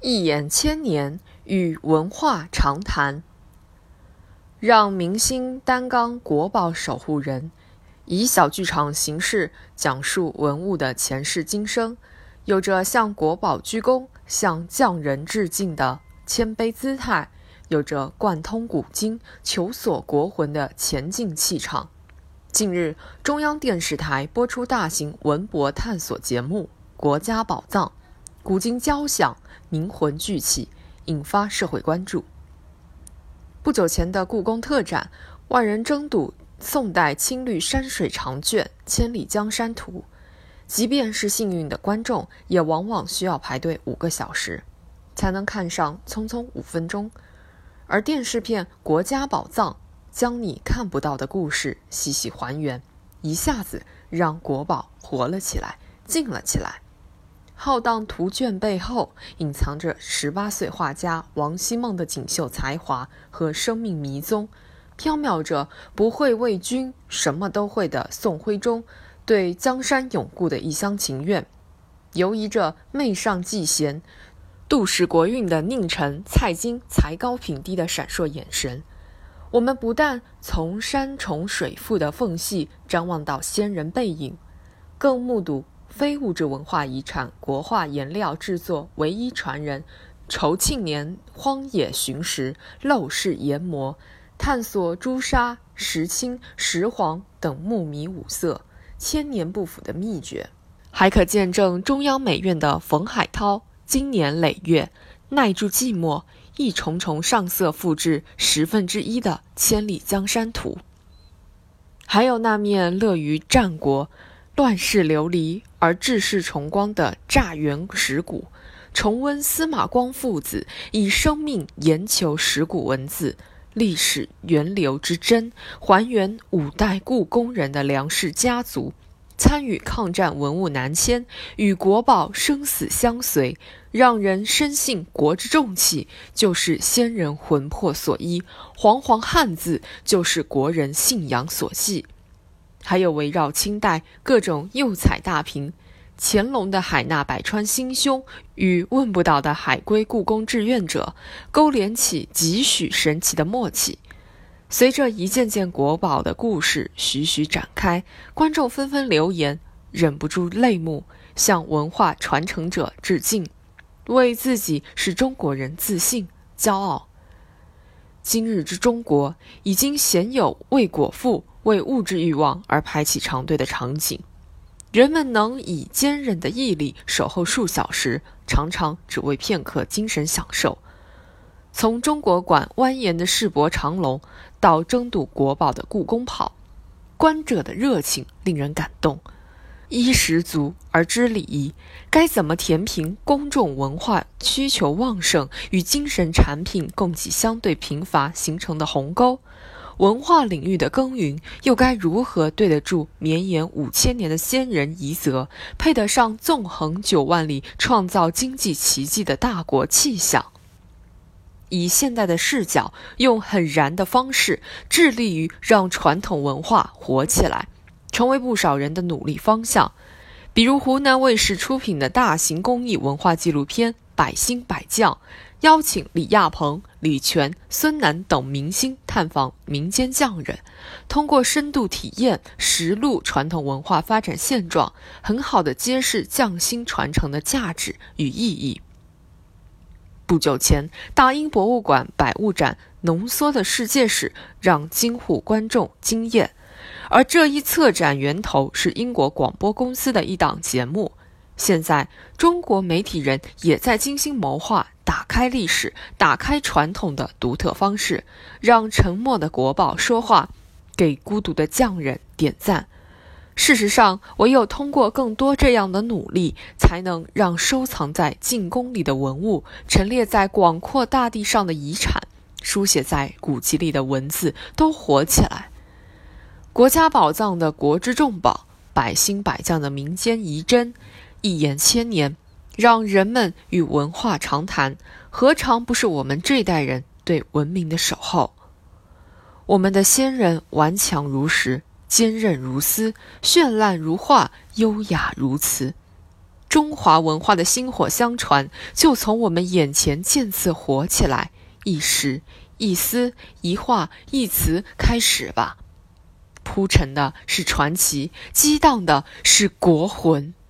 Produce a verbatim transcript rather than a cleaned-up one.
一眼千年，与文化长谈。让明星担纲国宝守护人，以小剧场形式讲述文物的前世今生，有着向国宝鞠躬、向匠人致敬的谦卑姿态，有着贯通古今、求索国魂的前进气场。近日，中央电视台播出大型文博探索节目《国家宝藏》，古今交响，名魂俱起，引发社会关注。不久前的故宫特展，万人争睹宋代青绿山水长卷《千里江山图》，即便是幸运的观众，也往往需要排队五个小时，才能看上匆匆五分钟。而电视片《国家宝藏》将你看不到的故事细细还原，一下子让国宝活了起来，近了起来。浩荡图卷背后隐藏着十八岁画家王希孟的锦绣才华和生命迷踪，飘渺着不会为君什么都会的宋徽宗对江山永固的一厢情愿，游移着媚上嫉贤、度使国运的宁臣蔡京才高品低的闪烁眼神。我们不但从山重水复的缝隙张望到先人背影，更目睹非物质文化遗产国画颜料制作唯一传人筹庆年荒野寻石、陋室研磨，探索朱砂、石青、石黄等木迷五色千年不腐的秘诀，还可见证中央美院的冯海涛经年累月耐住寂寞，一重重上色复制十分之一的《千里江山图》，还有那面乐于战国乱世流离而志士崇光的乍元石鼓，重温司马光父子以生命研求石鼓文字历史源流之真，还原五代故宫人的梁氏家族参与抗战文物南迁，与国宝生死相随，让人深信国之重器就是先人魂魄所依，煌煌汉字就是国人信仰所系。还有围绕清代各种釉彩大瓶，乾隆的海纳百川心胸与问不倒的海归故宫志愿者勾连起几许神奇的默契。随着一件件国宝的故事徐徐展开，观众纷纷留言，忍不住泪目，向文化传承者致敬，为自己是中国人自信骄傲。今日之中国已经鲜有为果腹、为物质欲望而排起长队的场景，人们能以坚韧的毅力守候数小时，常常只为片刻精神享受。从中国馆蜿蜒的世博长龙到争睹国宝的故宫跑，观者的热情令人感动。衣食足而知礼仪，该怎么填平公众文化需求旺盛与精神产品供给相对贫乏形成的鸿沟？文化领域的耕耘又该如何对得住绵延五千年的先人遗泽，配得上纵横九万里创造经济奇迹的大国气象？以现代的视角，用很燃的方式致力于让传统文化活起来，成为不少人的努力方向。比如湖南卫视出品的大型公益文化纪录片《百兴百将》，邀请李亚鹏、李泉、孙楠等明星探访民间匠人，通过深度体验实录传统文化发展现状，很好地揭示匠心传承的价值与意义。不久前，大英博物馆百物展浓缩的世界史让京沪观众惊艳，而这一策展源头是英国广播公司的一档节目。现在中国媒体人也在精心谋划打开历史、打开传统的独特方式，让沉默的国宝说话，给孤独的匠人点赞。事实上，唯有通过更多这样的努力，才能让收藏在禁宫里的文物，陈列在广阔大地上的遗产，书写在古籍里的文字都活起来。国家宝藏的国之重宝，百兴百将的民间遗珍，一眼千年，让人们与文化长谈，何尝不是我们这一代人对文明的守候？我们的先人顽强如石，坚韧如丝，绚烂如画，优雅如瓷。 中华文化的薪火相传就从我们眼前渐次活起来，一诗、一思、一画、一词开始吧。铺陈的是传奇，激荡的是国魂。